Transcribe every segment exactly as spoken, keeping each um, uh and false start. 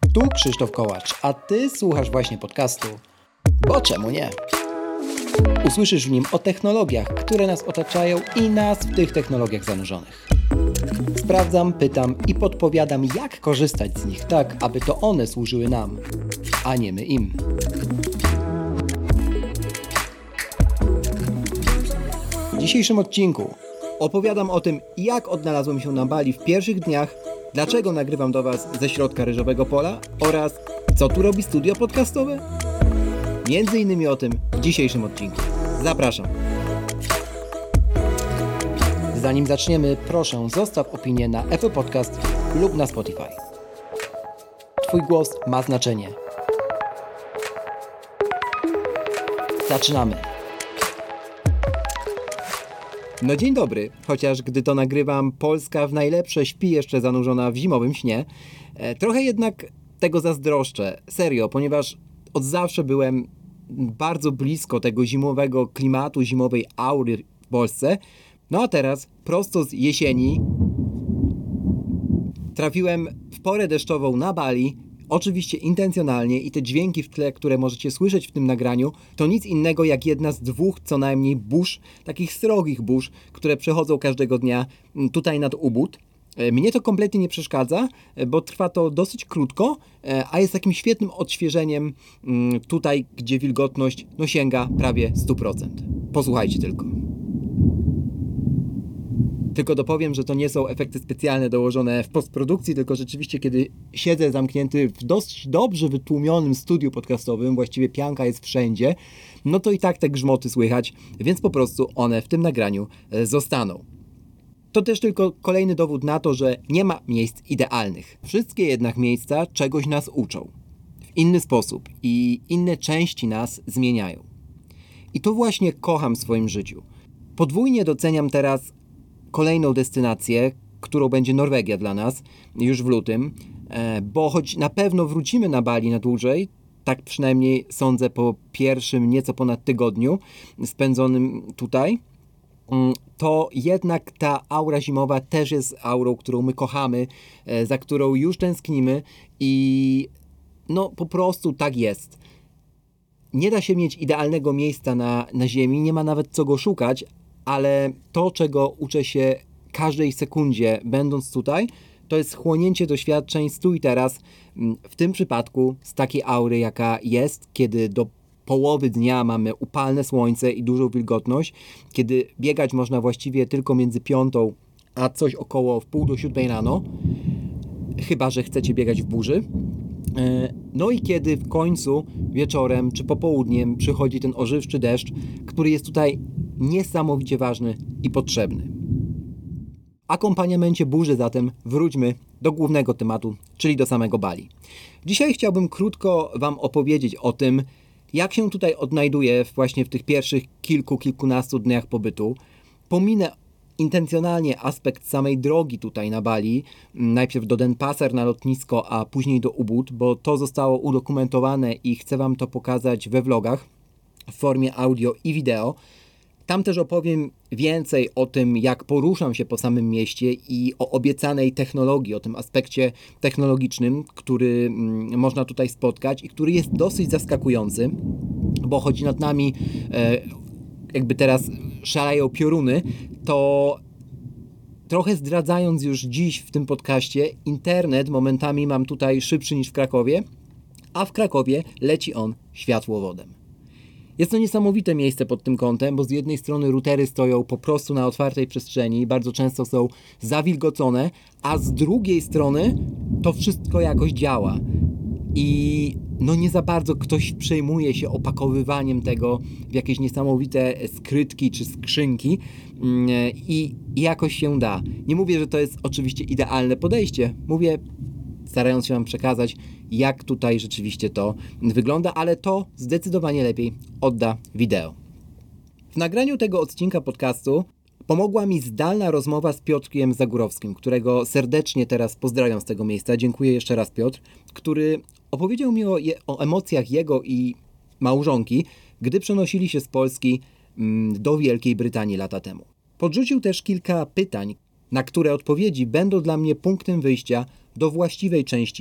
Tu Krzysztof Kołacz, a Ty słuchasz właśnie podcastu, bo czemu nie? Usłyszysz w nim o technologiach, które nas otaczają i nas w tych technologiach zanurzonych. Sprawdzam, pytam i podpowiadam, jak korzystać z nich tak, aby to one służyły nam, a nie my im. W dzisiejszym odcinku opowiadam o tym, jak odnalazłem się na Bali w pierwszych dniach, dlaczego nagrywam do Was ze środka ryżowego pola oraz co tu robi studio podcastowe? Między innymi o tym w dzisiejszym odcinku. Zapraszam. Zanim zaczniemy, proszę zostaw opinię na Apple Podcast lub na Spotify. Twój głos ma znaczenie. Zaczynamy. No dzień dobry, chociaż gdy to nagrywam, Polska w najlepsze śpi jeszcze zanurzona w zimowym śnie. E, trochę jednak tego zazdroszczę, serio, ponieważ od zawsze byłem bardzo blisko tego zimowego klimatu, zimowej aury w Polsce. No a teraz, prosto z jesieni, trafiłem w porę deszczową na Bali, oczywiście intencjonalnie, i te dźwięki w tle, które możecie słyszeć w tym nagraniu, to nic innego jak jedna z dwóch co najmniej burz, takich srogich burz, które przechodzą każdego dnia tutaj nad Ubud. Mnie to kompletnie nie przeszkadza, bo trwa to dosyć krótko, a jest takim świetnym odświeżeniem tutaj, gdzie wilgotność no, sięga prawie sto procent. Posłuchajcie tylko. Tylko dopowiem, że to nie są efekty specjalne dołożone w postprodukcji, tylko rzeczywiście kiedy siedzę zamknięty w dość dobrze wytłumionym studiu podcastowym, właściwie pianka jest wszędzie, no to i tak te grzmoty słychać, więc po prostu one w tym nagraniu zostaną. To też tylko kolejny dowód na to, że nie ma miejsc idealnych. Wszystkie jednak miejsca czegoś nas uczą. W inny sposób i inne części nas zmieniają. I to właśnie kocham w swoim życiu. Podwójnie doceniam teraz kolejną destynację, którą będzie Norwegia dla nas już w lutym, bo choć na pewno wrócimy na Bali na dłużej, tak przynajmniej sądzę po pierwszym nieco ponad tygodniu spędzonym tutaj, to jednak ta aura zimowa też jest aurą, którą my kochamy, za którą już tęsknimy i no po prostu tak jest. Nie da się mieć idealnego miejsca na, na ziemi, nie ma nawet co go szukać, ale to, czego uczę się każdej sekundzie będąc tutaj, to jest chłonięcie doświadczeń z tu i teraz, w tym przypadku z takiej aury, jaka jest, kiedy do połowy dnia mamy upalne słońce i dużą wilgotność, kiedy biegać można właściwie tylko między piątą a coś około w pół do siódmej rano, chyba że chcecie biegać w burzy. No i kiedy w końcu wieczorem czy popołudniem przychodzi ten ożywczy deszcz, który jest tutaj niesamowicie ważny i potrzebny. W akompaniamencie burzy zatem wróćmy do głównego tematu, czyli do samego Bali. Dzisiaj chciałbym krótko Wam opowiedzieć o tym, jak się tutaj odnajduję właśnie w tych pierwszych kilku, kilkunastu dniach pobytu. Pominę intencjonalnie aspekt samej drogi tutaj na Bali, najpierw do Denpasar na lotnisko, a później do Ubud, bo to zostało udokumentowane i chcę Wam to pokazać we vlogach w formie audio i wideo. Tam też opowiem więcej o tym, jak poruszam się po samym mieście i o obiecanej technologii, o tym aspekcie technologicznym, który mm, można tutaj spotkać i który jest dosyć zaskakujący, bo choć nad nami e, jakby teraz szaleją pioruny, to trochę zdradzając już dziś w tym podcaście, internet momentami mam tutaj szybszy niż w Krakowie, a w Krakowie leci on światłowodem. Jest to niesamowite miejsce pod tym kątem, bo z jednej strony routery stoją po prostu na otwartej przestrzeni, bardzo często są zawilgocone, a z drugiej strony to wszystko jakoś działa. I no nie za bardzo ktoś przejmuje się opakowywaniem tego w jakieś niesamowite skrytki czy skrzynki i jakoś się da. Nie mówię, że to jest oczywiście idealne podejście. Mówię, starając się Wam przekazać, jak tutaj rzeczywiście to wygląda, ale to zdecydowanie lepiej odda wideo. W nagraniu tego odcinka podcastu pomogła mi zdalna rozmowa z Piotrkiem Zagórowskim, którego serdecznie teraz pozdrawiam z tego miejsca. Dziękuję jeszcze raz, Piotr, który opowiedział mi o, je, o emocjach jego i małżonki, gdy przenosili się z Polski mm, do Wielkiej Brytanii lata temu. Podrzucił też kilka pytań, na które odpowiedzi będą dla mnie punktem wyjścia do właściwej części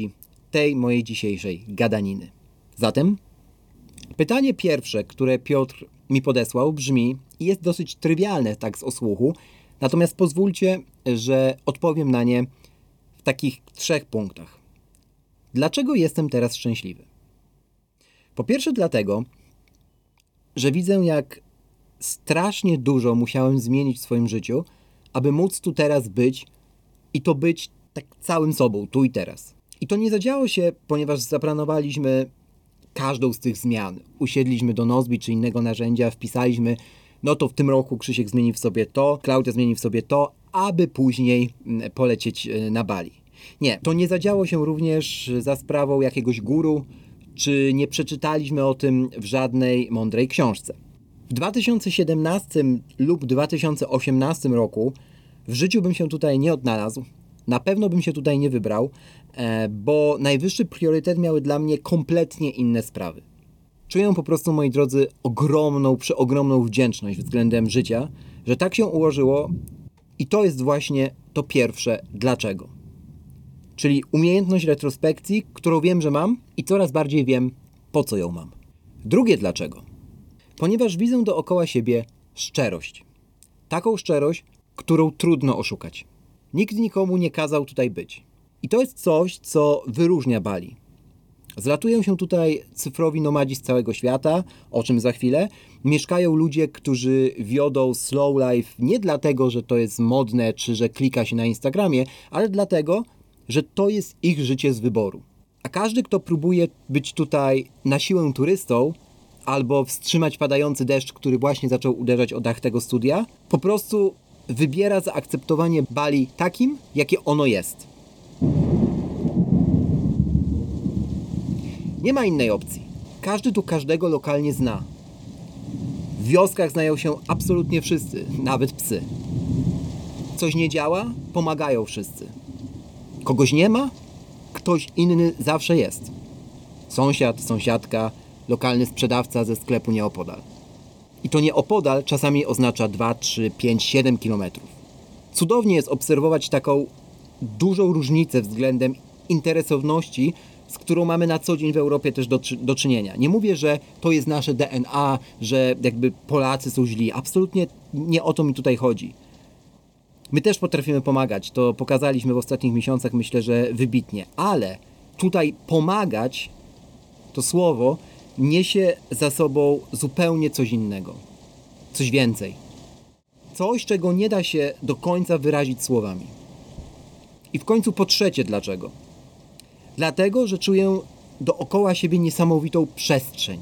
tej mojej dzisiejszej gadaniny. Zatem pytanie pierwsze, które Piotr mi podesłał, brzmi i jest dosyć trywialne tak z osłuchu, natomiast pozwólcie, że odpowiem na nie w takich trzech punktach. Dlaczego jestem teraz szczęśliwy? Po pierwsze dlatego, że widzę, jak strasznie dużo musiałem zmienić w swoim życiu, aby móc tu teraz być i to być tak całym sobą, tu i teraz. I to nie zadziało się, ponieważ zaplanowaliśmy każdą z tych zmian. Usiedliśmy do Nozbi czy innego narzędzia, wpisaliśmy, no to w tym roku Krzysiek zmieni w sobie to, Klaudia zmieni w sobie to, aby później polecieć na Bali. Nie, to nie zadziało się również za sprawą jakiegoś guru, czy nie przeczytaliśmy o tym w żadnej mądrej książce. W dwa tysiące siedemnastym lub dwa tysiące osiemnastym roku w życiu bym się tutaj nie odnalazł. Na pewno bym się tutaj nie wybrał, bo najwyższy priorytet miały dla mnie kompletnie inne sprawy. Czuję po prostu, moi drodzy, ogromną, przeogromną wdzięczność względem życia, że tak się ułożyło i to jest właśnie to pierwsze dlaczego. Czyli umiejętność retrospekcji, którą wiem, że mam i coraz bardziej wiem, po co ją mam. Drugie dlaczego. Ponieważ widzę dookoła siebie szczerość. Taką szczerość, którą trudno oszukać. Nikt nikomu nie kazał tutaj być. I to jest coś, co wyróżnia Bali. Zlatują się tutaj cyfrowi nomadzi z całego świata, o czym za chwilę. Mieszkają ludzie, którzy wiodą slow life nie dlatego, że to jest modne, czy że klika się na Instagramie, ale dlatego, że to jest ich życie z wyboru. A każdy, kto próbuje być tutaj na siłę turystą, albo wstrzymać padający deszcz, który właśnie zaczął uderzać o dach tego studia, po prostu wybiera zaakceptowanie Bali takim, jakie ono jest. Nie ma innej opcji. Każdy tu każdego lokalnie zna. W wioskach znają się absolutnie wszyscy, nawet psy. Coś nie działa, pomagają wszyscy. Kogoś nie ma, ktoś inny zawsze jest. Sąsiad, sąsiadka, lokalny sprzedawca ze sklepu nieopodal. I to nieopodal czasami oznacza dwa, trzy, pięć, siedem kilometrów. Cudownie jest obserwować taką dużą różnicę względem interesowności, z którą mamy na co dzień w Europie też do, do czynienia. Nie mówię, że to jest nasze D N A, że jakby Polacy są źli. Absolutnie nie o to mi tutaj chodzi. My też potrafimy pomagać. To pokazaliśmy w ostatnich miesiącach, myślę, że wybitnie. Ale tutaj pomagać, to słowo, niesie za sobą zupełnie coś innego. Coś więcej. Coś, czego nie da się do końca wyrazić słowami. I w końcu po trzecie dlaczego? Dlatego, że czuję dookoła siebie niesamowitą przestrzeń.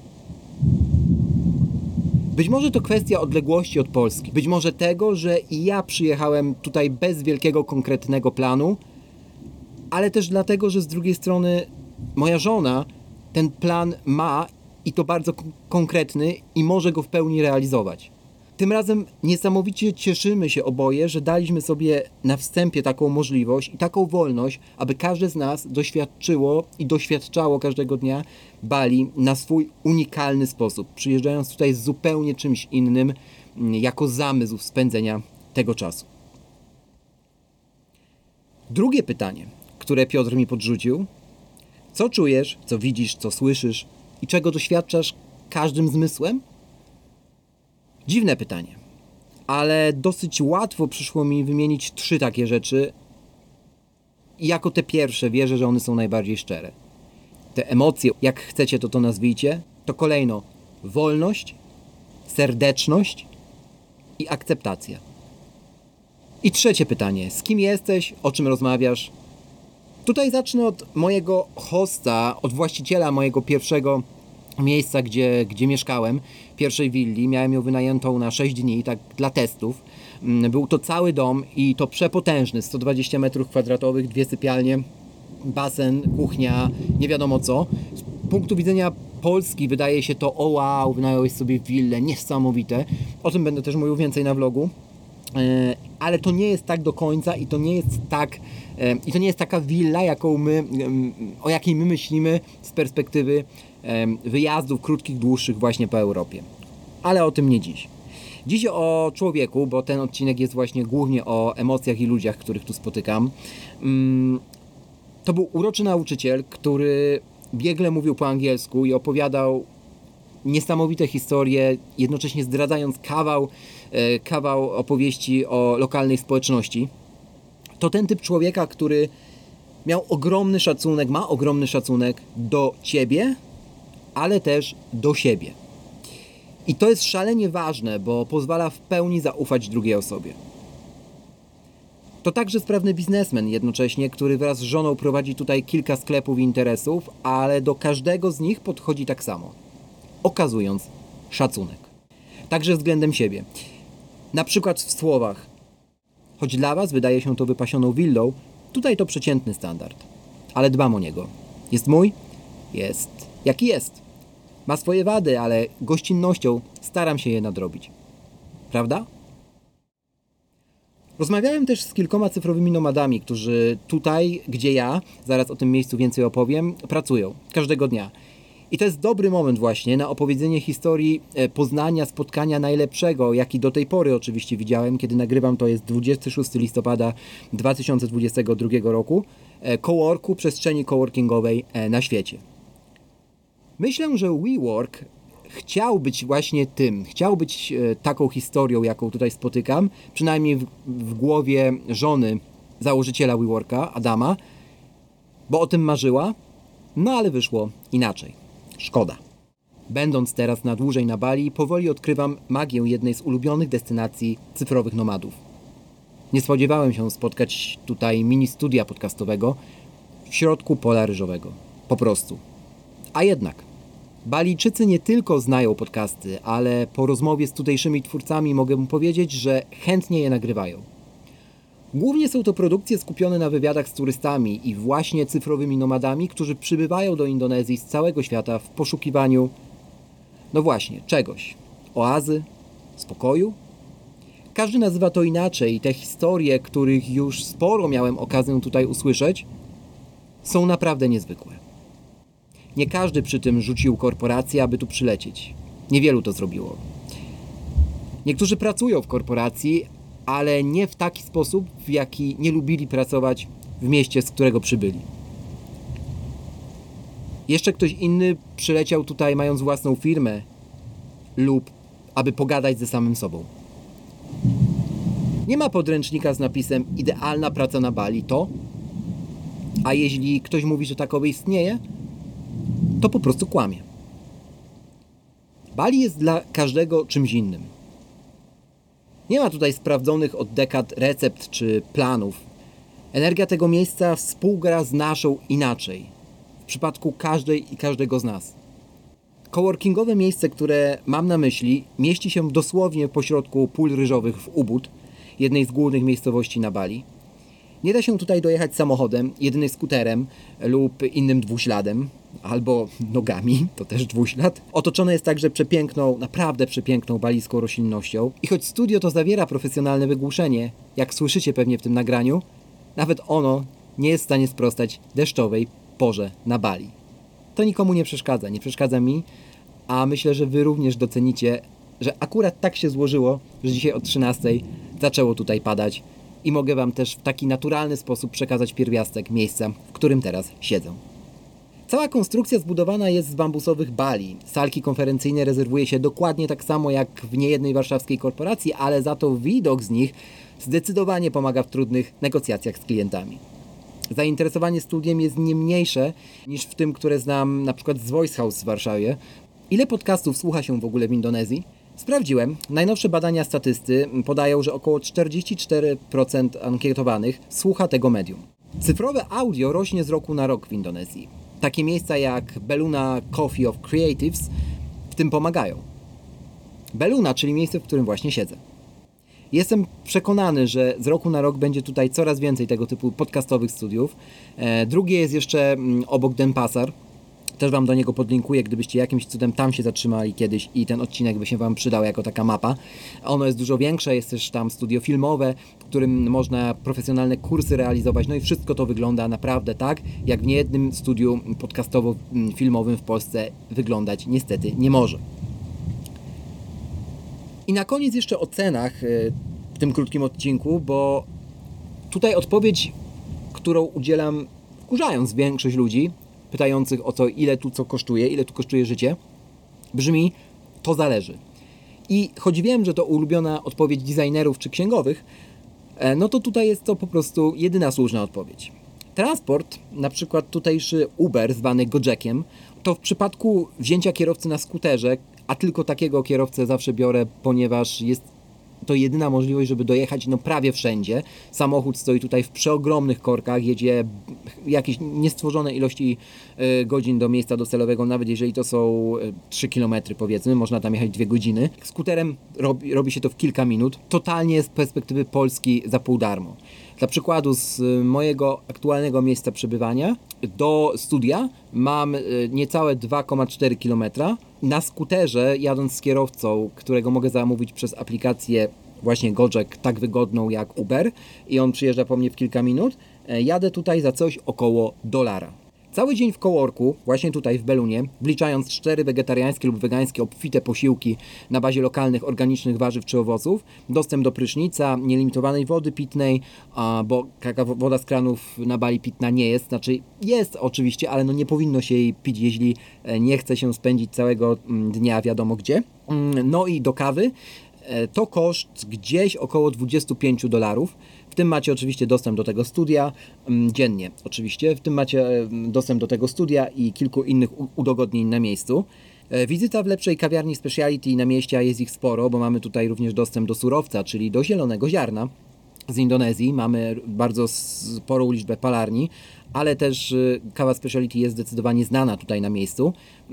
Być może to kwestia odległości od Polski. Być może tego, że i ja przyjechałem tutaj bez wielkiego, konkretnego planu, ale też dlatego, że z drugiej strony moja żona ten plan ma i to bardzo k- konkretny i może go w pełni realizować. Tym razem niesamowicie cieszymy się oboje, że daliśmy sobie na wstępie taką możliwość i taką wolność, aby każde z nas doświadczyło i doświadczało każdego dnia Bali na swój unikalny sposób, przyjeżdżając tutaj z zupełnie czymś innym, jako zamysł spędzenia tego czasu. Drugie pytanie, które Piotr mi podrzucił: co czujesz, co widzisz, co słyszysz i czego doświadczasz każdym zmysłem? Dziwne pytanie, ale dosyć łatwo przyszło mi wymienić trzy takie rzeczy i jako te pierwsze wierzę, że one są najbardziej szczere. Te emocje, jak chcecie to to nazwijcie, to kolejno wolność, serdeczność i akceptacja. I trzecie pytanie, z kim jesteś, o czym rozmawiasz? Tutaj zacznę od mojego hosta, od właściciela mojego pierwszego miejsca, gdzie, gdzie mieszkałem, pierwszej willi. Miałem ją wynajętą na sześć dni, tak dla testów. Był to cały dom i to przepotężny, sto dwadzieścia metrów kwadratowych, dwie sypialnie, basen, kuchnia, nie wiadomo co. Z punktu widzenia Polski wydaje się to, o wow, wynająłeś sobie willę, niesamowite. O tym będę też mówił więcej na vlogu. Ale to nie jest tak do końca i to nie jest tak i to nie jest taka willa, jaką my, o jakiej my myślimy z perspektywy wyjazdów krótkich, dłuższych właśnie po Europie. Ale o tym nie dziś. Dziś o człowieku, bo ten odcinek jest właśnie głównie o emocjach i ludziach, których tu spotykam. To był uroczy nauczyciel, który biegle mówił po angielsku i opowiadał niesamowite historie, jednocześnie zdradzając kawał, e, kawał opowieści o lokalnej społeczności. To ten typ człowieka, który miał ogromny szacunek, ma ogromny szacunek do ciebie, ale też do siebie. I to jest szalenie ważne, bo pozwala w pełni zaufać drugiej osobie. To także sprawny biznesmen jednocześnie, który wraz z żoną prowadzi tutaj kilka sklepów i interesów, ale do każdego z nich podchodzi tak samo, okazując szacunek. Także względem siebie. Na przykład w słowach. Choć dla Was wydaje się to wypasioną willą, tutaj to przeciętny standard. Ale dbam o niego. Jest mój? Jest jaki jest. Ma swoje wady, ale gościnnością staram się je nadrobić. Prawda? Rozmawiałem też z kilkoma cyfrowymi nomadami, którzy tutaj, gdzie ja, zaraz o tym miejscu więcej opowiem, pracują. Każdego dnia. I to jest dobry moment właśnie na opowiedzenie historii poznania, spotkania najlepszego, jaki do tej pory oczywiście widziałem, kiedy nagrywam, to jest dwudziestego szóstego listopada dwa tysiące dwudziestego drugiego roku, coworku, przestrzeni coworkingowej na świecie. Myślę, że WeWork chciał być właśnie tym, chciał być taką historią, jaką tutaj spotykam, przynajmniej w, w głowie żony założyciela WeWorka, Adama, bo o tym marzyła, no ale wyszło inaczej. Szkoda. Będąc teraz na dłużej na Bali, powoli odkrywam magię jednej z ulubionych destynacji cyfrowych nomadów. Nie spodziewałem się spotkać tutaj mini studia podcastowego w środku pola ryżowego. Po prostu. A jednak. Balijczycy nie tylko znają podcasty, ale po rozmowie z tutejszymi twórcami mogę powiedzieć, że chętnie je nagrywają. Głównie są to produkcje skupione na wywiadach z turystami i właśnie cyfrowymi nomadami, którzy przybywają do Indonezji z całego świata w poszukiwaniu, no właśnie, czegoś. Oazy, spokoju. Każdy nazywa to inaczej i te historie, których już sporo miałem okazję tutaj usłyszeć, są naprawdę niezwykłe. Nie każdy przy tym rzucił korporację, aby tu przylecieć. Niewielu to zrobiło. Niektórzy pracują w korporacji, ale nie w taki sposób, w jaki nie lubili pracować w mieście, z którego przybyli. Jeszcze ktoś inny przyleciał tutaj mając własną firmę lub aby pogadać ze samym sobą. Nie ma podręcznika z napisem idealna praca na Bali to, a jeśli ktoś mówi, że takowy istnieje, to po prostu kłamie. Bali jest dla każdego czymś innym. Nie ma tutaj sprawdzonych od dekad recept czy planów. Energia tego miejsca współgra z naszą inaczej. W przypadku każdej i każdego z nas. Coworkingowe miejsce, które mam na myśli, mieści się dosłownie pośrodku pól ryżowych w Ubud, jednej z głównych miejscowości na Bali. Nie da się tutaj dojechać samochodem, jedynie skuterem lub innym dwuśladem, albo nogami, to też dwuślad. Otoczone jest także przepiękną, naprawdę przepiękną balijską roślinnością. I choć studio to zawiera profesjonalne wygłuszenie, jak słyszycie pewnie w tym nagraniu, nawet ono nie jest w stanie sprostać deszczowej porze na Bali. To nikomu nie przeszkadza, nie przeszkadza mi, a myślę, że Wy również docenicie, że akurat tak się złożyło, że dzisiaj o trzynastej zaczęło tutaj padać i mogę Wam też w taki naturalny sposób przekazać pierwiastek miejsca, w którym teraz siedzę. Cała konstrukcja zbudowana jest z bambusowych bali. Salki konferencyjne rezerwuje się dokładnie tak samo jak w niejednej warszawskiej korporacji, ale za to widok z nich zdecydowanie pomaga w trudnych negocjacjach z klientami. Zainteresowanie studiem jest nie mniejsze niż w tym, które znam na przykład z Voice House w Warszawie. Ile podcastów słucha się w ogóle w Indonezji? Sprawdziłem. Najnowsze badania statysty podają, że około czterdzieści cztery procent ankietowanych słucha tego medium. Cyfrowe audio rośnie z roku na rok w Indonezji. Takie miejsca jak Belluna Coffee of Creatives w tym pomagają. Belluna, czyli miejsce, w którym właśnie siedzę. Jestem przekonany, że z roku na rok będzie tutaj coraz więcej tego typu podcastowych studiów. E, drugie jest jeszcze m, obok Denpasar. Też Wam do niego podlinkuję, gdybyście jakimś cudem tam się zatrzymali kiedyś i ten odcinek by się Wam przydał jako taka mapa. Ono jest dużo większe, jest też tam studio filmowe, w którym można profesjonalne kursy realizować. No i wszystko to wygląda naprawdę tak, jak w niejednym studiu podcastowo-filmowym w Polsce wyglądać niestety nie może. I na koniec jeszcze o cenach w tym krótkim odcinku, bo tutaj odpowiedź, którą udzielam wkurzając większość ludzi pytających o to, ile tu co kosztuje, ile tu kosztuje życie, brzmi: to zależy. I choć wiem, że to ulubiona odpowiedź designerów czy księgowych, no to tutaj jest to po prostu jedyna słuszna odpowiedź. Transport, na przykład tutejszy Uber zwany Gojeckiem, to w przypadku wzięcia kierowcy na skuterze, a tylko takiego kierowcę zawsze biorę, ponieważ jest to jedyna możliwość, żeby dojechać no prawie wszędzie. Samochód stoi tutaj w przeogromnych korkach, jedzie jakieś niestworzone ilości y, godzin do miejsca docelowego, nawet jeżeli to są y, trzy kilometry powiedzmy, można tam jechać dwie godziny. Skuterem robi, robi się to w kilka minut, totalnie z perspektywy Polski za pół darmo. Dla przykładu z mojego aktualnego miejsca przebywania do studia mam y, niecałe dwa przecinek cztery kilometra. Na skuterze, jadąc z kierowcą, którego mogę zamówić przez aplikację właśnie Gojek, tak wygodną jak Uber, i on przyjeżdża po mnie w kilka minut, jadę tutaj za coś około dolara. Cały dzień w coworku, właśnie tutaj w Belunie, wliczając cztery wegetariańskie lub wegańskie obfite posiłki na bazie lokalnych, organicznych warzyw czy owoców, dostęp do prysznica, nielimitowanej wody pitnej, bo taka woda z kranów na Bali pitna nie jest, znaczy jest oczywiście, ale no nie powinno się jej pić, jeśli nie chce się spędzić całego dnia wiadomo gdzie. No i do kawy. To koszt gdzieś około dwadzieścia pięć dolarów. W tym macie oczywiście dostęp do tego studia dziennie. Oczywiście w tym macie dostęp do tego studia i kilku innych udogodnień na miejscu. Wizyta w lepszej kawiarni speciality na mieście, a jest ich sporo, bo mamy tutaj również dostęp do surowca, czyli do zielonego ziarna z Indonezji. Mamy bardzo sporą liczbę palarni, ale też kawa speciality jest zdecydowanie znana tutaj na miejscu.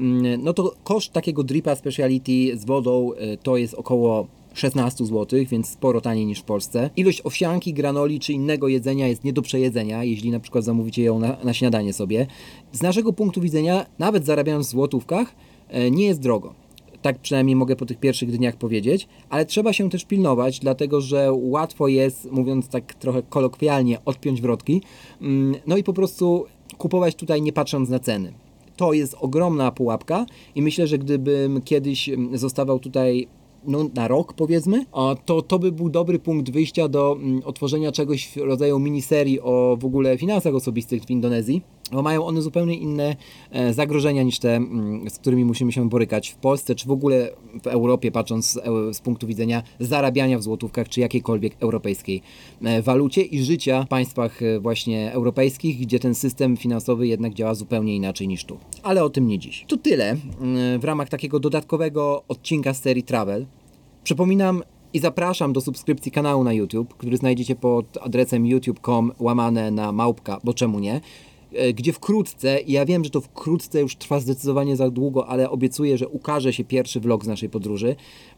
No to koszt takiego dripa speciality z wodą to jest około szesnaście złotych, więc sporo taniej niż w Polsce. Ilość owsianki, granoli czy innego jedzenia jest nie do przejedzenia, jeśli na przykład zamówicie ją na, na śniadanie sobie. Z naszego punktu widzenia, nawet zarabiając w złotówkach, nie jest drogo. Tak przynajmniej mogę po tych pierwszych dniach powiedzieć, ale trzeba się też pilnować, dlatego że łatwo jest, mówiąc tak trochę kolokwialnie, odpiąć wrotki, no i po prostu kupować tutaj nie patrząc na ceny. To jest ogromna pułapka i myślę, że gdybym kiedyś zostawał tutaj no, na rok powiedzmy, to to by był dobry punkt wyjścia do otworzenia czegoś w rodzaju miniserii o w ogóle finansach osobistych w Indonezji, bo mają one zupełnie inne zagrożenia niż te, z którymi musimy się borykać w Polsce, czy w ogóle w Europie, patrząc z, z punktu widzenia zarabiania w złotówkach, czy jakiejkolwiek europejskiej walucie i życia w państwach właśnie europejskich, gdzie ten system finansowy jednak działa zupełnie inaczej niż tu. Ale o tym nie dziś. To tyle w ramach takiego dodatkowego odcinka z serii Travel. Przypominam i zapraszam do subskrypcji kanału na YouTube, który znajdziecie pod adresem youtube kropka com łamane na małpka, bo czemu nie, gdzie wkrótce, i ja wiem, że to wkrótce już trwa zdecydowanie za długo, ale obiecuję, że ukaże się pierwszy vlog z naszej podróży.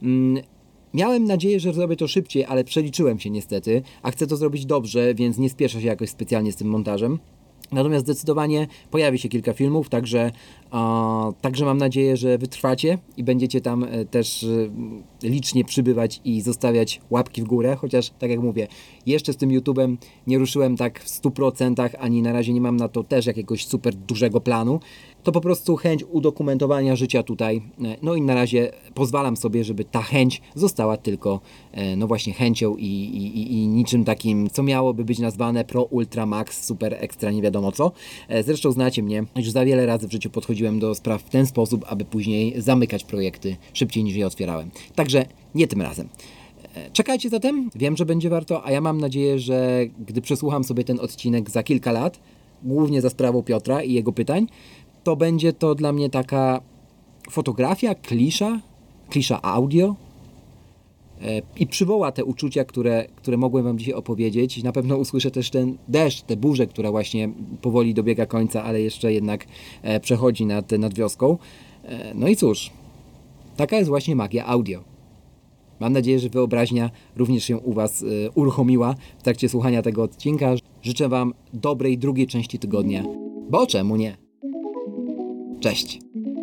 Miałem nadzieję, że zrobię to szybciej, ale przeliczyłem się niestety, a chcę to zrobić dobrze, więc nie spieszę się jakoś specjalnie z tym montażem. Natomiast zdecydowanie pojawi się kilka filmów, także, a, także mam nadzieję, że wytrwacie i będziecie tam e, też e, licznie przybywać i zostawiać łapki w górę, chociaż tak jak mówię, jeszcze z tym YouTube'em nie ruszyłem tak w stu procentach, ani na razie nie mam na to też jakiegoś super dużego planu. To po prostu chęć udokumentowania życia tutaj. No i na razie pozwalam sobie, żeby ta chęć została tylko no właśnie chęcią i, i, i niczym takim, co miałoby być nazwane pro, ultra, max, super, ekstra, nie wiadomo co. Zresztą znacie mnie, już za wiele razy w życiu podchodziłem do spraw w ten sposób, aby później zamykać projekty szybciej niż je otwierałem. Także nie tym razem. Czekajcie zatem, wiem, że będzie warto, a ja mam nadzieję, że gdy przesłucham sobie ten odcinek za kilka lat, głównie za sprawą Piotra i jego pytań, to będzie to dla mnie taka fotografia, klisza, klisza audio e, i przywoła te uczucia, które, które mogłem Wam dzisiaj opowiedzieć. Na pewno usłyszę też ten deszcz, tę burzę, która właśnie powoli dobiega końca, ale jeszcze jednak e, przechodzi nad, nad wioską. E, no i cóż, taka jest właśnie magia audio. Mam nadzieję, że wyobraźnia również się u Was e, uruchomiła w trakcie słuchania tego odcinka. Życzę Wam dobrej drugiej części tygodnia, bo czemu nie? Cześć!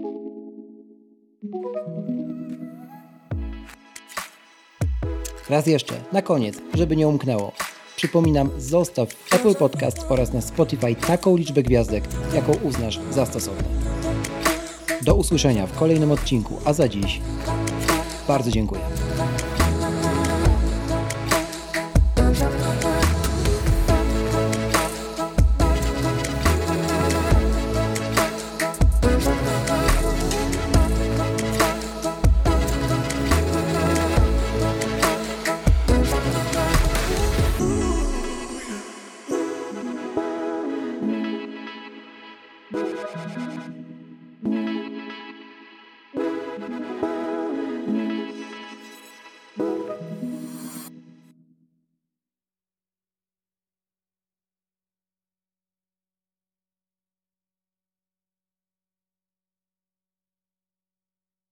Raz jeszcze, na koniec, żeby nie umknęło. Przypominam, zostaw w Apple Podcast oraz na Spotify taką liczbę gwiazdek, jaką uznasz za stosowne. Do usłyszenia w kolejnym odcinku, a za dziś bardzo dziękuję.